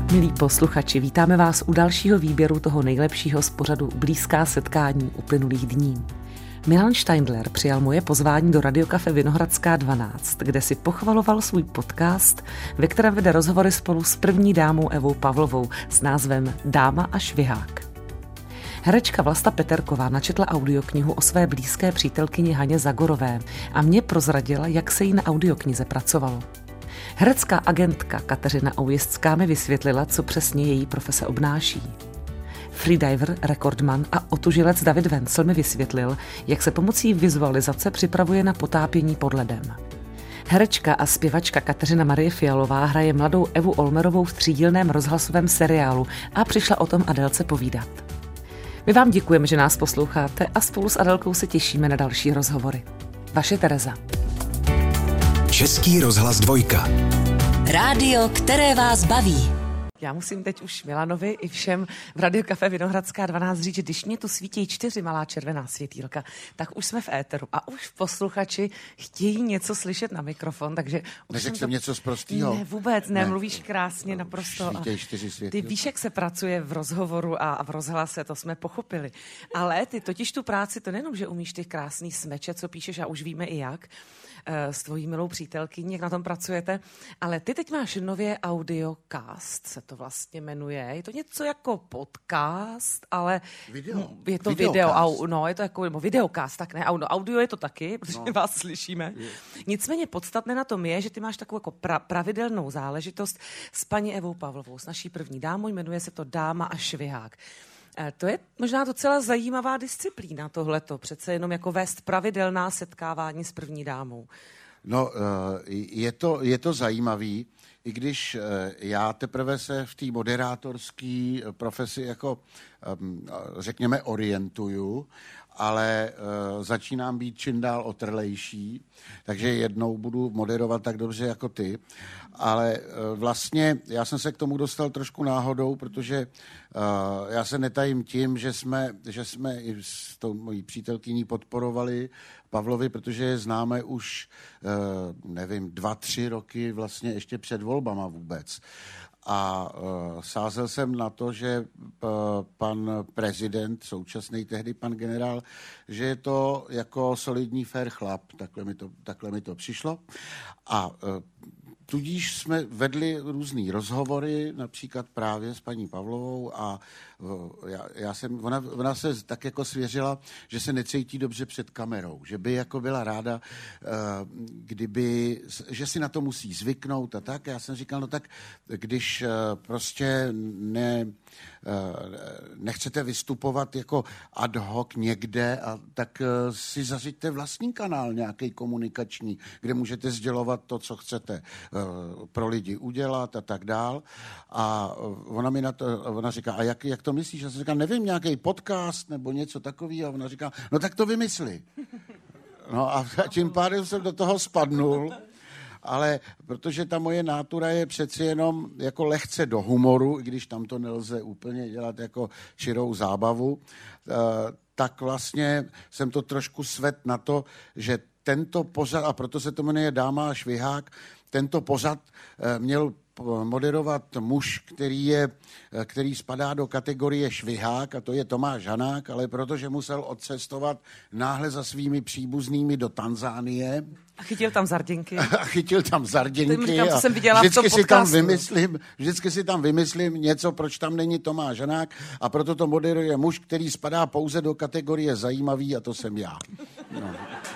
Milí posluchači, vítáme vás u dalšího výběru toho nejlepšího z pořadu Blízká setkání uplynulých dní. Milan Steindler přijal moje pozvání do Radiokafe Vinohradská 12, kde si pochvaloval svůj podcast, ve kterém vede rozhovory spolu s první dámou Evou Pavlovou s názvem Dáma a švihák. Herečka Vlasta Peterková načetla audioknihu o své blízké přítelkyni Haně Zagorové a mě prozradila, jak se jí na audioknize pracovalo. Herecká agentka Kateřina Oujistská mi vysvětlila, co přesně její profese obnáší. Freediver, rekordman a otužilec David Vencel mi vysvětlil, jak se pomocí vizualizace připravuje na potápění pod ledem. Herečka a zpěvačka Kateřina Marie Fialová hraje mladou Evu Olmerovou v třídílném rozhlasovém seriálu a přišla o tom Adélce povídat. My vám děkujeme, že nás posloucháte a spolu s Adélkou se těšíme na další rozhovory. Vaše Tereza. Český rozhlas 2. Rádio, které vás baví. Já musím teď už Milanovi i všem v Radiokafe Vinohradská 12 říct, že když mě tu svítí 4 malá červená světýlka, tak už jsme v éteru a už posluchači chtějí něco slyšet na mikrofon, takže... Neřekl jsem něco sprostýho? Ne, vůbec ne, mluvíš krásně, naprosto. Svítěj 4 světýlka. Ty víš, jak se pracuje v rozhovoru a v rozhlase, to jsme pochopili. Ale ty totiž tu práci, to nejenom, že umíš ty krásný smeče, co píšeš a už víme i jak, s tvojí milou přítelkyní, jak na tom pracujete, ale ty teď máš nově audiocast, se to vlastně jmenuje. Je to něco jako podcast, ale je to video, je to jako videocast, tak ne, audio je to taky, protože vás slyšíme. Nicméně podstatné na tom je, že ty máš takovou jako pravidelnou záležitost s paní Evou Pavlovou, s naší první dámou, jmenuje se to Dáma a švihák. To je možná docela zajímavá disciplína tohleto, přece jenom jako vést pravidelná setkávání s první dámou. No, je to zajímavý, i když já teprve se v té moderátorské profesi jako, řekněme, orientuju, ale začínám být čím dál otrlejší, takže jednou budu moderovat tak dobře jako ty. Ale vlastně já jsem se k tomu dostal trošku náhodou, protože já se netajím tím, že jsme i s tou mojí přítelkyní podporovali Pavlovi, protože je známe už, 2-3 roky vlastně ještě před volbama vůbec. A sázel jsem na to, že pan prezident, současný tehdy pan generál, že je to jako solidní fair chlap, takhle mi to přišlo. A tudíž jsme vedli různý rozhovory, například právě s paní Pavlovou a ona se tak jako svěřila, že se necítí dobře před kamerou, že by jako byla ráda, že si na to musí zvyknout a tak. Já jsem říkal, no tak když prostě nechcete vystupovat jako ad hoc někde, tak si zařiďte vlastní kanál nějaký komunikační, kde můžete sdělovat to, co chcete pro lidi udělat a tak dál. A ona říká, a jak to myslíš? Já jsem říkal, nevím, nějaký podcast nebo něco takového. A ona říká, no tak to vymysli. No a tím pádem jsem do toho spadnul, ale protože ta moje nátura je přeci jenom jako lehce do humoru, i když tam to nelze úplně dělat jako čirou zábavu, tak vlastně jsem to trošku svedl na to, že tento pořad, a proto se to jmenuje Dáma a švihák, tento pořad měl moderovat muž, který spadá do kategorie švihák, a to je Tomáš Hanák, ale protože musel odcestovat náhle za svými příbuznými do Tanzánie. A chytil tam zarděnky. A co jsem viděla vždycky si tam vymyslím něco, proč tam není Tomáš Hanák, a proto to moderuje muž, který spadá pouze do kategorie zajímavý, a to jsem já. No.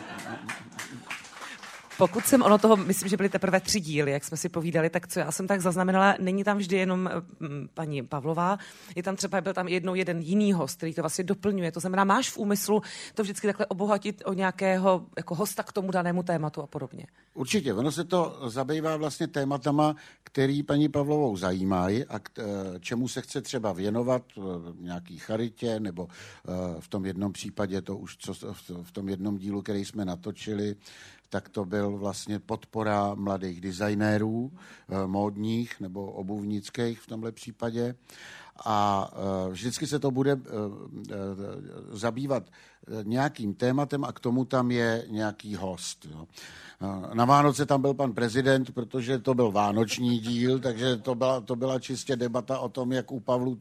Pokud myslím, že byly teprve 3 díly, jak jsme si povídali, tak co já jsem tak zaznamenala, není tam vždy jenom paní Pavlová, byl tam jeden jiný host, který to vlastně doplňuje. To znamená, máš v úmyslu to vždycky takhle obohatit o nějakého jako hosta k tomu danému tématu a podobně. Určitě, ono se to zabývá vlastně tématama, který paní Pavlovou zajímají a čemu se chce třeba věnovat, nějaký charitě, nebo v tom jednom případě, v tom jednom dílu, který jsme natočili, tak to byl vlastně podpora mladých designérů, módních nebo obuvnických v tomhle případě. a vždycky se to bude zabývat nějakým tématem a k tomu tam je nějaký host. Jo. Na Vánoce tam byl pan prezident, protože to byl vánoční díl, takže to byla čistě debata o tom, jak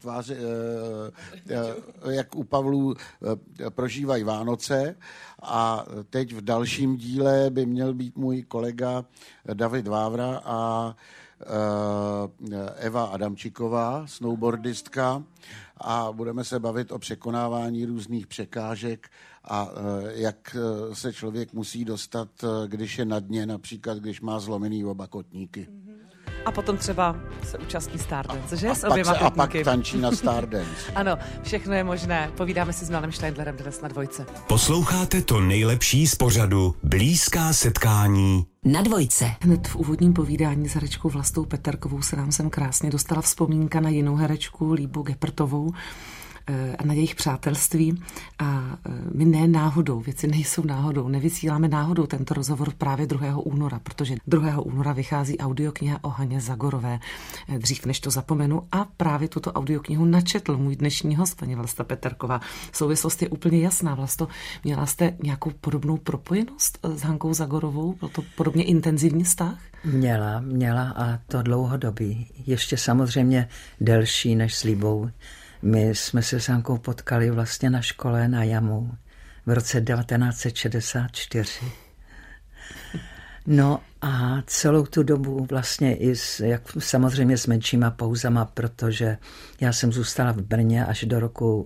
u Pavlů prožívají Vánoce. A teď v dalším díle by měl být můj kolega David Vávra a Eva Adamčiková, snowboardistka, a budeme se bavit o překonávání různých překážek a jak se člověk musí dostat, když je na dně, například když má zlomený oba kotníky. A potom třeba se účastní Stardance, že? A pak tančí na Stardance. Ano, všechno je možné. Povídáme si s Milanem Steindlerem dnes na Dvojce. Posloucháte to nejlepší z pořadu Blízká setkání na Dvojce. Hned v úvodním povídání s herečkou Vlastou Peterkovou se nám sem krásně dostala vzpomínka na jinou herečku, Líbu Gepertovou, a na jejich přátelství. A my ne náhodou, věci nejsou náhodou, nevysíláme náhodou tento rozhovor právě 2. února, protože 2. února vychází audiokniha o Haně Zagorové. Dřív než to zapomenu, a právě tuto audioknihu načetl můj dnešní host, paní Vlasta Peterková. Souvislost je úplně jasná. Vlasto, měla jste nějakou podobnou propojenost s Hankou Zagorovou? Byl to podobně intenzivní vztah? Měla a to dlouhodobý. Ještě samozřejmě delší než s Líbou. My jsme se s Hankou potkali vlastně na škole na Jamu v roce 1964. No a celou tu dobu vlastně samozřejmě s menšíma pauzama, protože já jsem zůstala v Brně až do roku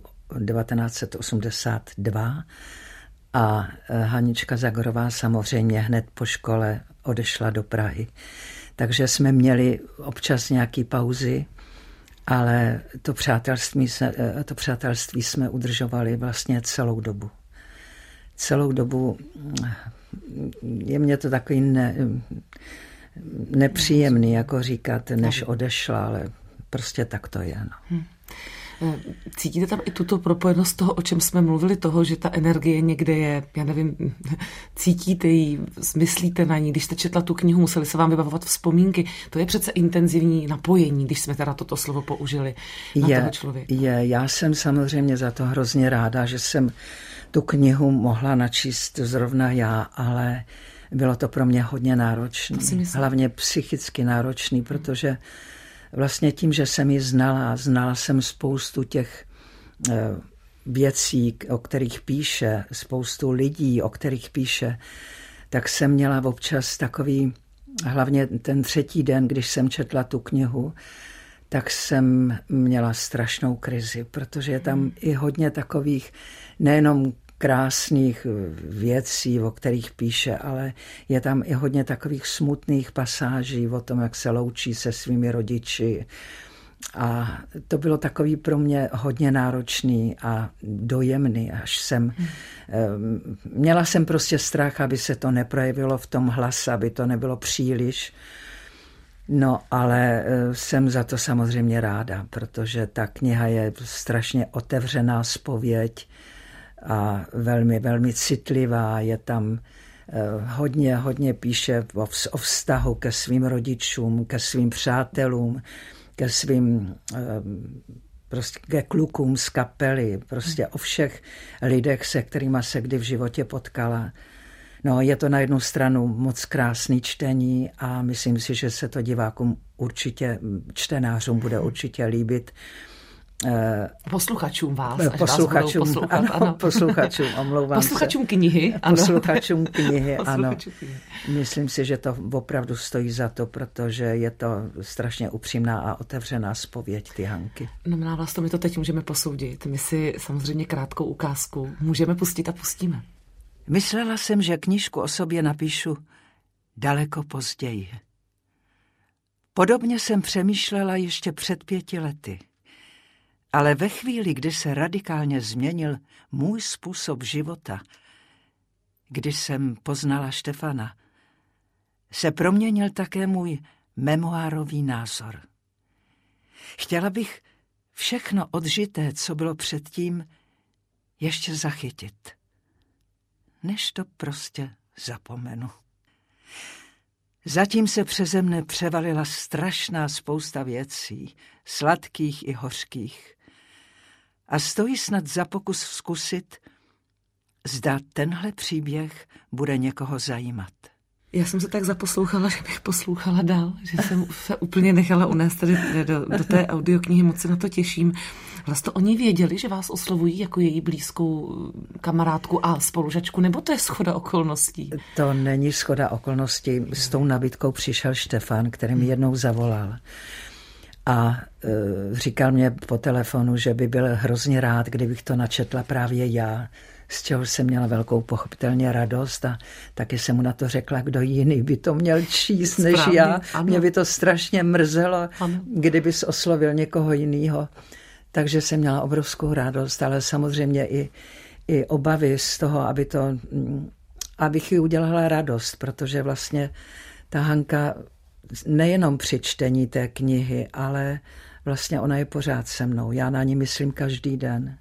1982 a Hanička Zagorová samozřejmě hned po škole odešla do Prahy. Takže jsme měli občas nějaký pauzy, ale to přátelství jsme udržovali vlastně celou dobu. Celou dobu je mně to takový nepříjemný, jako říkat, než odešla, ale prostě tak to je. No. Cítíte tam i tuto propojenost toho, o čem jsme mluvili, toho, že ta energie někde je, já nevím, cítíte ji, myslíte na ní, když jste četla tu knihu, museli se vám vybavovat vzpomínky, to je přece intenzivní napojení, když jsme teda toto slovo použili na toho člověka. Já jsem samozřejmě za to hrozně ráda, že jsem tu knihu mohla načíst zrovna já, ale bylo to pro mě hodně náročné, hlavně psychicky náročný, protože vlastně tím, že jsem ji znala jsem spoustu těch věcí, o kterých píše, spoustu lidí, o kterých píše, tak jsem měla občas takový, hlavně ten 3. den, když jsem četla tu knihu, tak jsem měla strašnou krizi, protože je tam i hodně takových nejenom krásných věcí, o kterých píše, ale je tam i hodně takových smutných pasáží o tom, jak se loučí se svými rodiči. A to bylo takový pro mě hodně náročný a dojemný, měla jsem prostě strach, aby se to neprojevilo v tom hlase, aby to nebylo příliš. No, ale jsem za to samozřejmě ráda, protože ta kniha je strašně otevřená zpověď a velmi, velmi citlivá. Je tam hodně píše o vztahu ke svým rodičům, ke svým přátelům, ke svým prostě ke klukům z kapely, prostě o všech lidech, se kterými se kdy v životě potkala. No, je to na jednu stranu moc krásný čtení a myslím si, že se to divákům určitě, čtenářům bude určitě líbit. Posluchačům vás. Posluchačům, omlouvám posluchačům se. Knihy, ano. Posluchačům knihy, ano. Myslím si, že to opravdu stojí za to, protože je to strašně upřímná a otevřená zpověď ty Hanky. No, milá Vlasto, my to teď můžeme posoudit. My si samozřejmě krátkou ukázku můžeme pustit a pustíme. Myslela jsem, že knížku o sobě napíšu daleko později. Podobně jsem přemýšlela ještě před 5 lety. Ale ve chvíli, kdy se radikálně změnil můj způsob života, kdy jsem poznala Štefana, se proměnil také můj memoárový názor. Chtěla bych všechno odžité, co bylo předtím, ještě zachytit, než to prostě zapomenu. Zatím se přeze mne převalila strašná spousta věcí, sladkých i hořkých. A stojí snad za pokus zkusit, zda tenhle příběh bude někoho zajímat. Já jsem se tak zaposlouchala, že bych poslouchala dál, že jsem se úplně nechala unést tady do té audioknihy, moc se na to těším. Vlastně oni věděli, že vás oslovují jako její blízkou kamarádku a spolužačku, nebo to je shoda okolností? To není shoda okolností. S tou nabídkou přišel Štefan, který mi jednou zavolal. A říkal mě po telefonu, že by byl hrozně rád, kdybych to načetla právě já, z čehož jsem měla velkou pochopitelně radost a taky jsem mu na to řekla, kdo jiný by to měl číst než správně, já. Ano. Mě by to strašně mrzelo, ano, kdybys oslovil někoho jiného. Takže jsem měla obrovskou radost, ale samozřejmě i obavy z toho, abych jí udělala radost, protože vlastně ta Hanka nejenom při čtení té knihy, ale vlastně ona je pořád se mnou. Já na ní myslím každý den.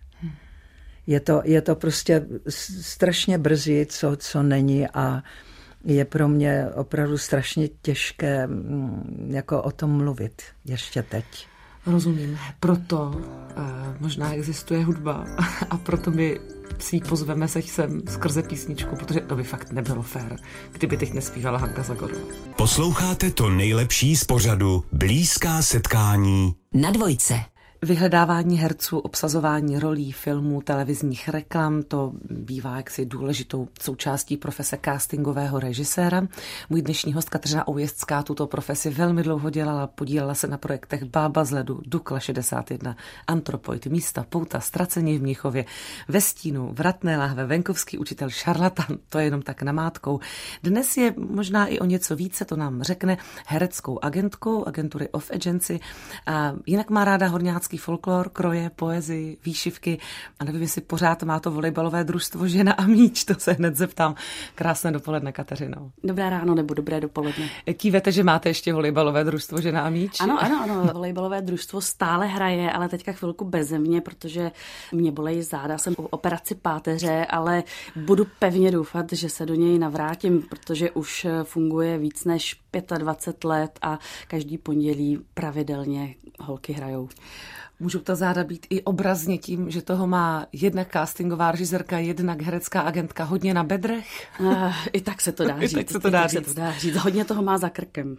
Je to prostě strašně brzy, co není a je pro mě opravdu strašně těžké jako o tom mluvit ještě teď. Rozumím. Proto možná existuje hudba a proto my si ji pozveme sem skrze písničku, protože to by fakt nebylo fér, kdyby teď nespívala Hanka Zagorová. Posloucháte to nejlepší z pořadu Blízká setkání na Dvojce. Vyhledávání herců, obsazování rolí, filmů, televizních reklam, to bývá jaksi důležitou součástí profese castingového režiséra. Můj dnešní host Kateřina Oujezdská tuto profesi velmi dlouho dělala, podílela se na projektech Bába z ledu, Dukla 61, Antropoid, Místa, pouta, Ztracení v Mnichově, Ve stínu, Vratné lahve, Venkovský učitel, Šarlatan, to je jenom tak namátkou. Dnes je možná i o něco více, to nám řekne, hereckou agentkou agentury Off Agency. A jinak má ráda horňácký folklor, kroje, poezii, výšivky a nevím, jestli pořád má to volejbalové družstvo Žena a míč, to se hned zeptám. Krásné dopoledne, Kateřino. Dobré ráno nebo dobré dopoledne. Kývete, že máte ještě volejbalové družstvo Žena a míč? Ano, volejbalové družstvo stále hraje, ale teďka chvilku beze mě, protože mě bolejí záda, jsem po operaci páteře, ale budu pevně doufat, že se do něj navrátím, protože už funguje víc než 25 let a každý pondělí pravidelně holky hrajou. Můžou ta záda být i obrazně tím, že toho má jednak castingová režisérka, jednak herecká agentka hodně na bedrech? I tak se to dá říct. Tak se to dá říct. Hodně toho má za krkem.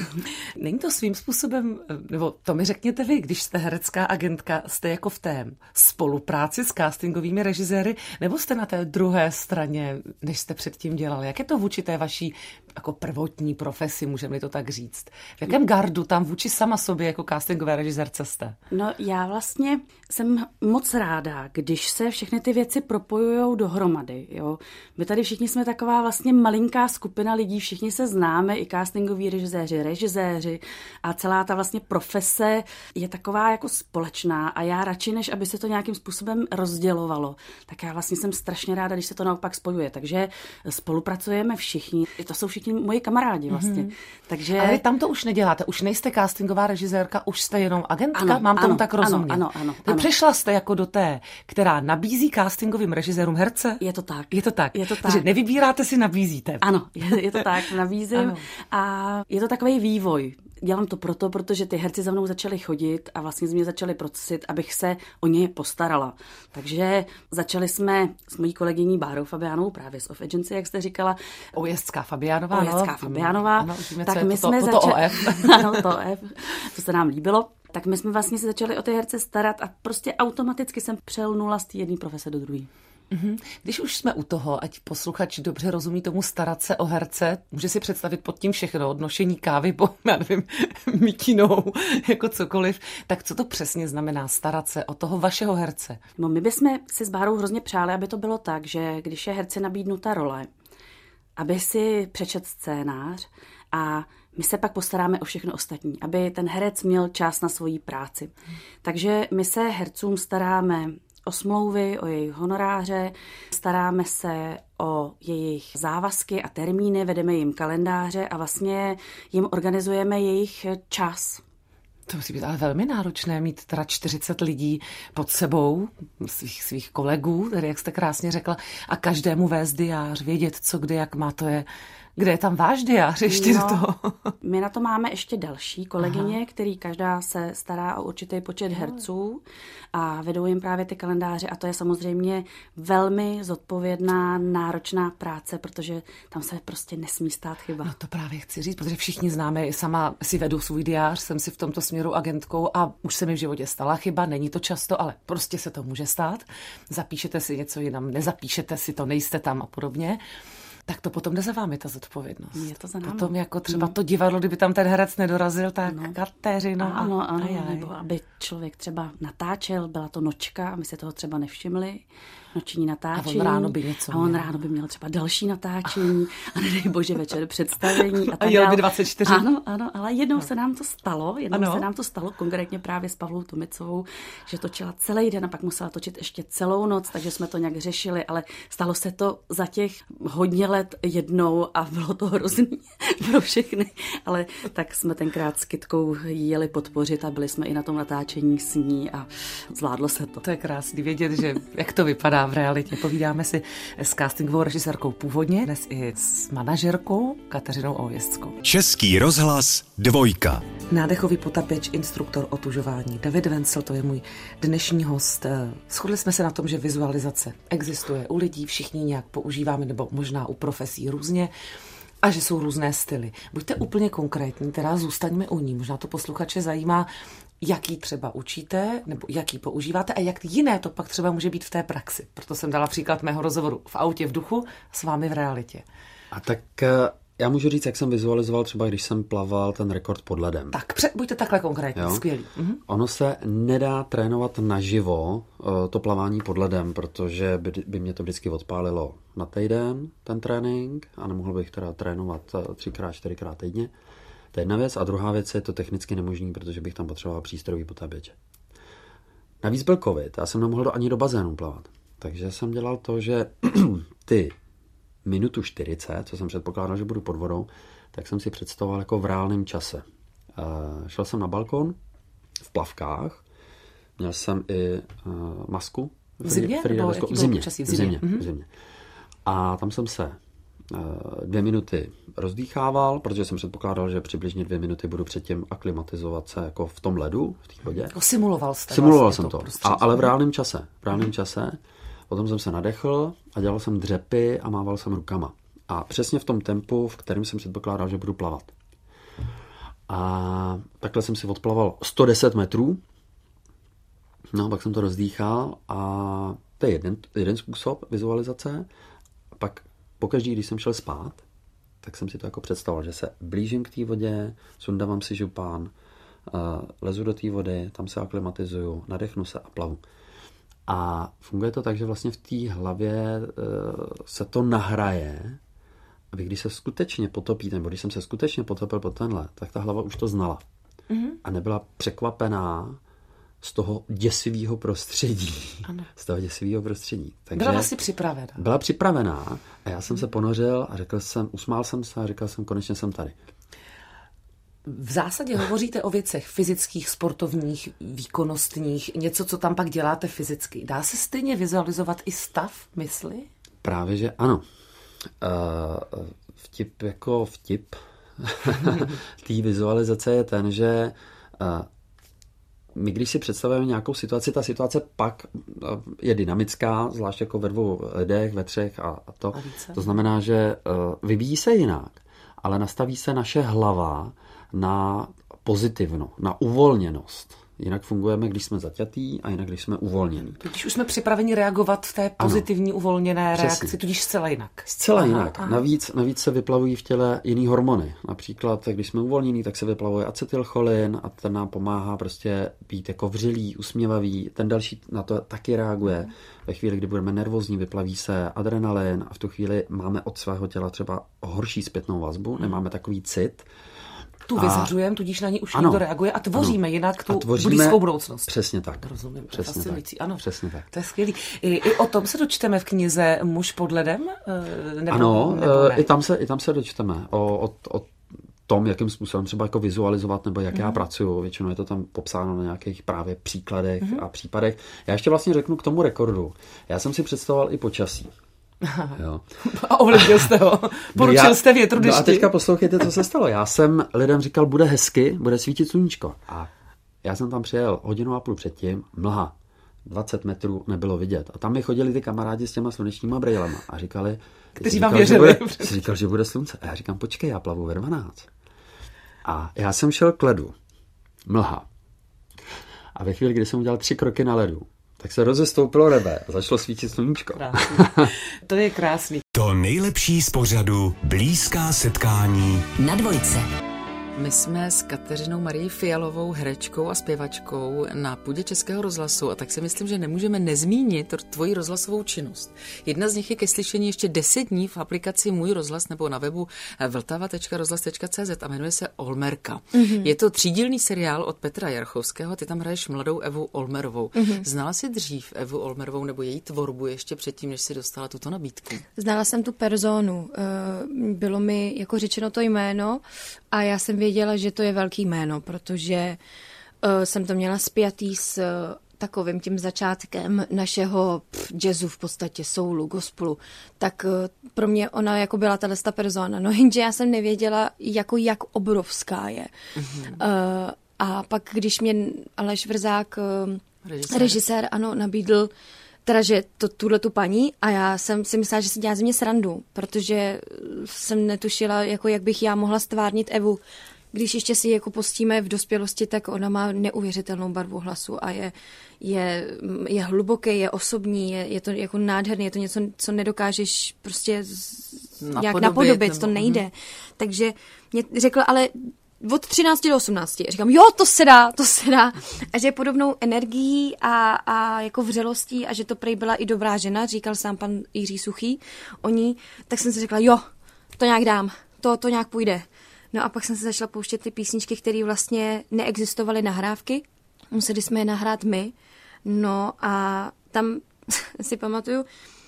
Není to svým způsobem, nebo to mi řekněte vy, když jste herecká agentka, jste jako v té spolupráci s castingovými režiséry, nebo jste na té druhé straně, než jste předtím dělali? Jak je to vůči té vaší jako prvotní profesi, můžeme to tak říct? V jakém gardu tam vůči sama sobě jako castingové režisérce jste? No, já vlastně jsem moc ráda, když se všechny ty věci propojujou dohromady. Jo? My tady všichni jsme taková vlastně malinká skupina lidí, všichni se známe, i castingoví režiséři a celá ta vlastně profese je taková jako společná a já radši, než aby se to nějakým způsobem rozdělovalo, tak já vlastně jsem strašně ráda, když se to naopak spojuje. Takže spolupracujeme všichni. To jsou všichni moji kamarádi vlastně. Takže... Ale vy tam to už neděláte, už nejste castingová režisérka, už jste jenom agentka? Ano, mám tomu tak rozumět. Ano. Přešla jste jako do té, která nabízí castingovým režisérům herce? Je to tak. Takže nevybíráte si, nabízíte. Ano, je to tak, nabízím. A je to takový vývoj. Dělám to protože ty herci za mnou začali chodit a vlastně z mě začali prosit, abych se o ně postarala. Takže začali jsme s mojí kolegyní Bárou Fabiánovou, právě z Off Agency, jak jste říkala. Oujezdská Fabiánová. Ano, tak my jsme začali... Ano, to OF, to se nám líbilo. Tak my jsme vlastně se začali o ty herce starat a prostě automaticky jsem přelnula z té jedné profese do druhé. Když už jsme u toho, ať posluchač dobře rozumí tomu starat se o herce, může si představit pod tím všechno, od nošení kávy po, já nevím, mítinou, jako cokoliv, tak co to přesně znamená starat se o toho vašeho herce? No, my bychom si s Bárou hrozně přáli, aby to bylo tak, že když je herci nabídnuta role, aby si přečet scénář a my se pak postaráme o všechno ostatní, aby ten herec měl čas na svoji práci. Takže my se hercům staráme o smlouvy, o jejich honoráře, staráme se o jejich závazky a termíny, vedeme jim kalendáře a vlastně jim organizujeme jejich čas. To musí být ale velmi náročné mít teda 40 lidí pod sebou, svých kolegů, tedy jak jste krásně řekla, a každému vést diář, vědět, co kdy, jak má, to je Kde je tam váš diář ještě do toho? My na to máme ještě další kolegyně, který každá se stará o určitý počet herců a vedou jim právě ty kalendáře a to je samozřejmě velmi zodpovědná, náročná práce, protože tam se prostě nesmí stát chyba. No to právě chci říct, protože všichni známe, sama si vedu svůj diář, jsem si v tomto směru agentkou a už se mi v životě stala chyba, není to často, ale prostě se to může stát. Zapíšete si něco jinam, nezapíšete si to, nejste tam a podobně. Tak to potom jde za vámi ta zodpovědnost. Je to za námi. Potom jako třeba to divadlo, kdyby tam ten herec nedorazil, tak Kateřino. Ano, nebo aby člověk třeba natáčel, byla to nočka a my se toho třeba nevšimli. Noční natáčení. A on ráno by něco měl. A on ráno by měl třeba další natáčení a nedej bože večer představení. A jel by 24. Ano, ale jednou se nám to stalo, konkrétně právě s Pavlou Tomicovou, že točila celý den a pak musela točit ještě celou noc, takže jsme to nějak řešili, ale stalo se to za těch hodně let jednou a bylo to hrozný pro všechny, ale tak jsme tenkrát s Kytkou jeli podpořit a byli jsme i na tom natáčení s ní a zvládlo se to. To je krásný vědět, že jak to vypadá v realitě. Povídáme si s castingovou režisérkou původně, dnes i s manažerkou Kateřinou Oujestskou. Český rozhlas 2. Nádechový potapeč, instruktor otužování. David Vencel, to je můj dnešní host. Shodli jsme se na tom, že vizualizace existuje u lidí, všichni nějak používáme, nebo možná u profesí různě, a že jsou různé styly. Buďte úplně konkrétní, teda zůstaňme u ní. Možná to posluchače zajímá, jaký třeba učíte, nebo jaký používáte a jak jiné to pak třeba může být v té praxi. Proto jsem dala příklad mého rozhovoru v autě v duchu s vámi v realitě. A tak já můžu říct, jak jsem vizualizoval třeba, když jsem plaval ten rekord pod ledem. Tak buďte takhle konkrétní, skvělý. Ono se nedá trénovat naživo to plavání pod ledem, protože by mě to vždycky odpálilo na týden, ten trénink, a nemohl bych teda trénovat 3x, 4x týdně. To je jedna věc. A druhá věc je to technicky nemožný, protože bych tam potřeboval přístrojový potápěče. Navíc byl covid, já jsem nemohl ani do bazénu plavat. Takže jsem dělal to, že ty minutu 40, co jsem předpokládal, že budu pod vodou, tak jsem si představoval jako v reálném čase. Šel jsem na balkon v plavkách, měl jsem i masku. V zimě? V zimě. A tam jsem se 2 minuty rozdýchával, protože jsem předpokládal, že přibližně 2 minuty budu předtím aklimatizovat se jako v tom ledu, v té vodě. Jako simuloval jsem to. Ale v reálném čase. Potom jsem se nadechl a dělal jsem dřepy a mával jsem rukama. A přesně v tom tempu, v kterém jsem předpokládal, že budu plavat. A takhle jsem si odplaval 110 metrů. No, pak jsem to rozdýchal a to je jeden způsob vizualizace. Pak pokaždý, když jsem šel spát, tak jsem si to jako představoval, že se blížím k té vodě, sundávám si župán, lezu do té vody, tam se aklimatizuju, nadechnu se a plavu. A funguje to tak, že vlastně v té hlavě se to nahraje, aby když se skutečně potopíte, nebo když jsem se skutečně potopil pod tenhle, tak ta hlava už to znala. Mm-hmm. A nebyla překvapená z toho děsivého prostředí. Ano. Takže byla vlastně připravená. Byla připravená a já jsem se ponořil a usmál jsem se a říkal jsem, konečně jsem tady. V zásadě hovoříte o věcech fyzických, sportovních, výkonnostních, něco, co tam pak děláte fyzicky. Dá se stejně vizualizovat i stav mysli? Právě, že ano. Vtip té vizualizace je ten, že my, když si představujeme nějakou situaci, ta situace pak je dynamická, zvlášť jako ve 2 lidech, ve 3 a to. To znamená, že vyvíjí se jinak, ale nastaví se naše hlava na pozitivno, na uvolněnost. Jinak fungujeme, když jsme zaťatý a jinak, když jsme uvolnění. Tudíž už jsme připraveni reagovat v té pozitivní uvolněné reakci, tudíž zcela jinak. Zcela jinak. Navíc se vyplavují v těle jiný hormony. Například, když jsme uvolnění, tak se vyplavuje acetylcholin a ten nám pomáhá prostě být jako vřelý, usměvavý. Ten další na to taky reaguje. Ve chvíli, kdy budeme nervózní, vyplaví se adrenalin a v tu chvíli máme od svého těla třeba horší zpětnou vazbu, nemáme takový cit. Tu vyzařujeme, tudíž na ní už někdo reaguje a tvoříme jinak tu blízkou budoucnost. Přesně tak. Rozumím, to je fascinující. Ano, přesně tak. To je skvělý. I o tom se dočteme v knize Muž pod ledem? Nebo i tam se dočteme o tom, jakým způsobem třeba jako vizualizovat, nebo jak já pracuju. Většinou je to tam popsáno na nějakých právě příkladech a případech. Já ještě vlastně řeknu k tomu rekordu. Já jsem si představoval i počasí. Jo. A ovlivnil jste ho. Poručil jste větru dešti. No a teďka poslouchejte, co se stalo. Já jsem lidem říkal, bude hezky, bude svítit sluníčko. A já jsem tam přijel 1,5 hodiny předtím, mlha. 20 metrů nebylo vidět. A tam mi chodili ty kamarádi s těma slunečníma brýlema a říkali, kteří vám věřili. Jsi říkal, že bude slunce. A já říkám, počkej, já plavu ve 12. A já jsem šel k ledu. Mlha. A ve chvíli, kdy jsem udělal 3 kroky na ledu, tak se rozestoupilo nebe a začalo svítit sluníčko. To je krásný. To nejlepší z pořadu Blízká setkání Na dvojce. My jsme s Kateřinou Marií Fialovou, herečkou a zpěvačkou na půdě Českého rozhlasu a tak si myslím, že nemůžeme nezmínit tvoji rozhlasovou činnost. Jedna z nich je ke slyšení ještě 10 dní v aplikaci Můj rozhlas nebo na webu vltava.rozhlas.cz a jmenuje se Olmerka. Je to 3dílný seriál od Petra Jarchovského, ty tam hraješ mladou Evu Olmerovou. Znala jsi dřív Evu Olmerovou nebo její tvorbu ještě předtím, než jsi dostala tuto nabídku? Znala jsem tu personu, bylo mi jako řečeno to jméno a já jsem věděla, že to je velký jméno, protože jsem to měla spjatý s takovým tím začátkem našeho jazzu, v podstatě soulu, gospelu, tak pro mě ona jako byla tato persona. No jenže já jsem nevěděla, jako jak obrovská je. A pak, když mě Aleš Vrzák, režisér, ano, nabídl teda, že tuhletu paní a já jsem si myslela, že si dělá ze mě srandu, protože jsem netušila, jako jak bych já mohla stvárnit Evu. Když ještě si jako pustíme v dospělosti, tak ona má neuvěřitelnou barvu hlasu a je hluboký, je osobní, je to jako nádherný, je to něco, co nedokážeš prostě nějak napodobit, to nejde. Takže mě řekla, ale od 13 do 18. A říkám, jo, to se dá. A že je podobnou energií a jako vřelostí a že to prej byla i dobrá žena, říkal sám pan Jiří Suchý o ní, tak jsem si řekla, jo, to nějak dám, to nějak půjde. No a pak jsem se začala pouštět ty písničky, které vlastně neexistovaly nahrávky. Museli jsme je nahrát my. No a tam si pamatuju,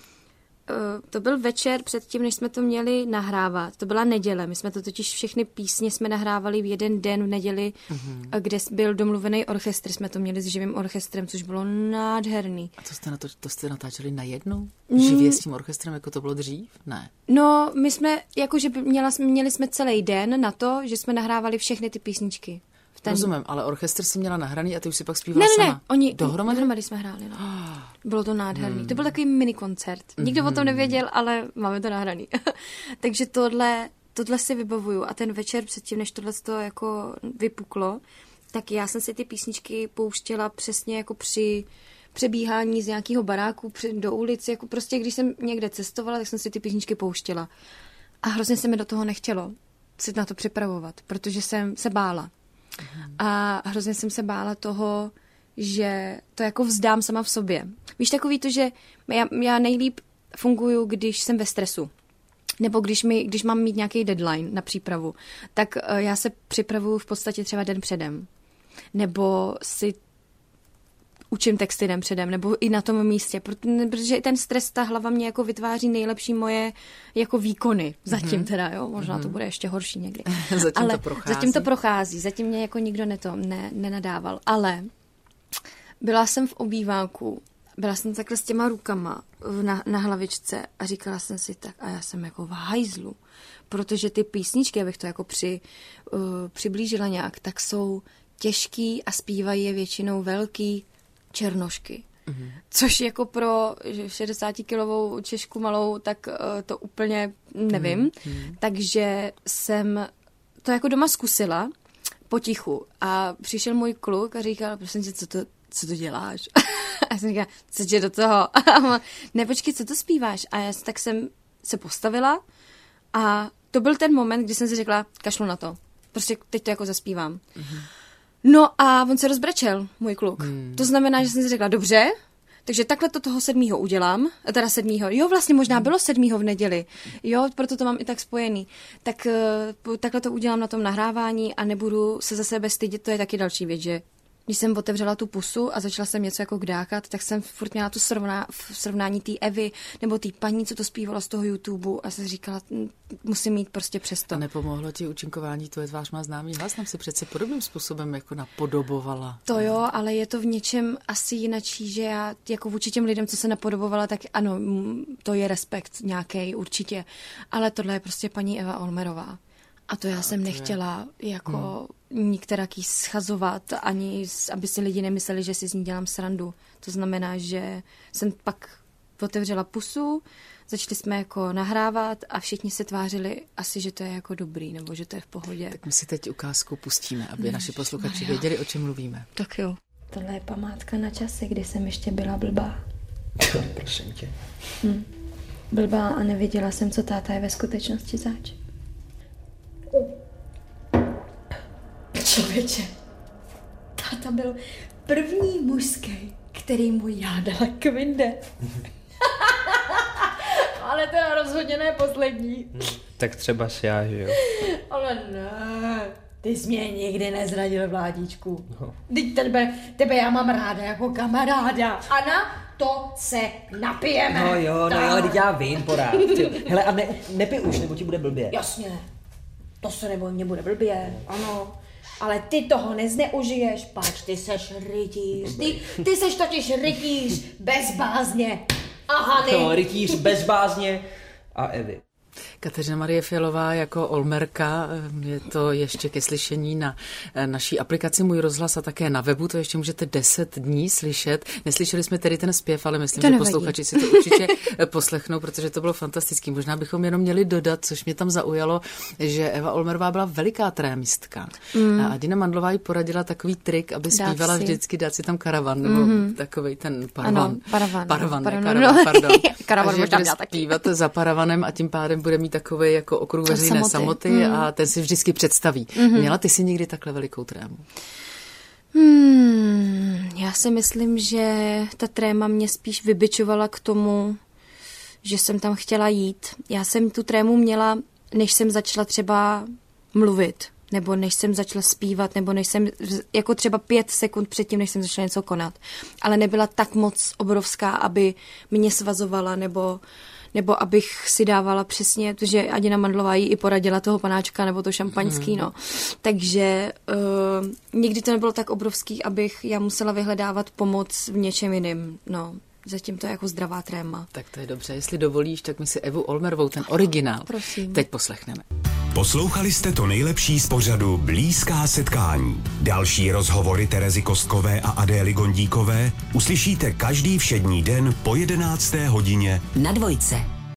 to byl večer předtím, než jsme to měli nahrávat. To byla neděle. My jsme to totiž všechny písně jsme nahrávali v jeden den v neděli, kde byl domluvený orchestr. Jsme to měli s živým orchestrem, což bylo nádherný. A to jste natáčeli najednou? Živě s tím orchestrem, jako to bylo dřív? Ne. No, my jsme, jakože měli jsme celý den na to, že jsme nahrávali všechny ty písničky. Rozumím, ale orchestr si měla nahraný a ty už si pak zpívala sama. Ne, oni dohromady jsme hráli. No. Bylo to nádherný. To byl takový mini koncert. Nikdo o tom nevěděl, ale máme to nahraný. Takže tohle si vybavuju. A ten večer předtím, než tohle to jako vypuklo, tak já jsem si ty písničky pouštěla přesně jako při přebíhání z nějakého baráku do ulic. Jako prostě, když jsem někde cestovala, tak jsem si ty písničky pouštěla. A hrozně se mi do toho nechtělo si na to připravovat, protože jsem se bála. A hrozně jsem se bála toho, že to jako vzdám sama v sobě. Víš, takový to, že já nejlíp funguju, když jsem ve stresu. Nebo když mám mít nějaký deadline na přípravu, tak já se připravuju v podstatě třeba den předem. Nebo si učím texty den předem, nebo i na tom místě, protože ten stres, ta hlava mě jako vytváří nejlepší moje jako výkony. Zatím teda, jo, možná to bude ještě horší někdy. Zatím to prochází, zatím mě jako nikdo nenadával, ale byla jsem v obýváku, byla jsem takhle s těma rukama na hlavičce a říkala jsem si tak, a já jsem jako v hajzlu, protože ty písničky, abych to jako přiblížila nějak, tak jsou těžký a zpívají je většinou velký černošky. Což jako pro 60-kilovou Češku malou, tak to úplně nevím. Takže jsem to jako doma zkusila potichu a přišel můj kluk a říkal, prosím tě, co to děláš? A já jsem říkala, co tě do toho? Ne, počkej, co to zpíváš? A já tak jsem se postavila a to byl ten moment, kdy jsem si řekla, kašlu na to. Prostě teď to jako zaspívám. No a on se rozbrečel, můj kluk. To znamená, že jsem si řekla, dobře, takže takhle to toho 7. udělám, teda 7. Jo, vlastně možná bylo 7. v neděli. Jo, proto to mám i tak spojený. Tak takhle to udělám na tom nahrávání a nebudu se za sebe stydět, to je taky další věc, že když jsem otevřela tu pusu a začala jsem něco jako kdákat, tak jsem furt měla tu srovnání té Evy nebo té paní, co to zpívala z toho YouTube a jsem říkala, musím mít prostě přesto. A nepomohlo ti účinkování, tvoje tvář má známý hlas, tam si přece podobným způsobem jako napodobovala. To jo, ale je to v něčem asi jinačí, že já jako vůči těm lidem, co se napodobovala, tak ano, to je respekt nějaký určitě, ale tohle je prostě paní Eva Olmerová. A to já jsem nechtěla jako nikteraký schazovat, ani aby si lidi nemysleli, že si z ní dělám srandu. To znamená, že jsem pak otevřela pusu, začali jsme jako nahrávat a všichni se tvářili asi, že to je jako dobrý, nebo že to je v pohodě. Tak my si teď ukázku pustíme, aby naši posluchači věděli, o čem mluvíme. Tak jo. Tohle je památka na časy, kdy jsem ještě byla blbá. Prosím tě. Blbá a nevěděla jsem, co táta je ve skutečnosti zač. Člověče, táta byl první mužský, který mu já dala kvinde. Ale teda rozhodně ne poslední. Tak třeba si já, že jo? Ale ne, ty jsi mě nikdy nezradil, Vládičku. Teď tebe já mám ráda jako kamaráda. Ana, to se napijeme. No jo, teď já vím porád. Hele, a nepij už, nebo ti bude blbě. Jasně, to se neboj, mě bude blbě, ano. Ale ty toho nezneužiješ, pač, ty seš rytíř. Ty seš totiž rytíř bez bázně. Aha, ty. No, rytíř bez bázně a Evy. Kateřina Marie Fialová jako Olmerka, je to ještě ke slyšení na naší aplikaci Můj rozhlas a také na webu, to ještě můžete 10 dní slyšet. Neslyšeli jsme tedy ten zpěv, ale myslím, že posluchači si to určitě poslechnou, protože to bylo fantastický. Možná bychom jenom měli dodat, což mě tam zaujalo, že Eva Olmerová byla veliká trémistka. A Dina Mandlová jí poradila takový trik, aby zpívala vždycky, dát si tam karavan, nebo takovej ten paravan. Ano, paravan, pardon. Karavan možná bude zpívat za paravanem a tím pádem bude mít takový jako okruh veřejné samoty a ten si vždycky představí. Měla ty si někdy takhle velikou trému? Já si myslím, že ta tréma mě spíš vybičovala k tomu, že jsem tam chtěla jít. Já jsem tu trému měla, než jsem začala třeba mluvit, nebo než jsem začala zpívat, nebo než jsem, jako třeba 5 sekund předtím, než jsem začala něco konat. Ale nebyla tak moc obrovská, aby mě svazovala, nebo abych si dávala přesně, protože Adina Mandlová jí i poradila toho panáčka nebo to šampaňský, no. Takže nikdy to nebylo tak obrovský, abych já musela vyhledávat pomoc v něčem jiném, no. Zatím to je jako zdravá tréma. Tak to je dobře, jestli dovolíš, tak my si Evu Olmerovou, ten originál, prosím, teď poslechneme. Poslouchali jste to nejlepší z pořadu Blízká setkání. Další rozhovory Terezy Kostkové a Adély Gondíkové uslyšíte každý všední den po 11. hodině na Dvojce.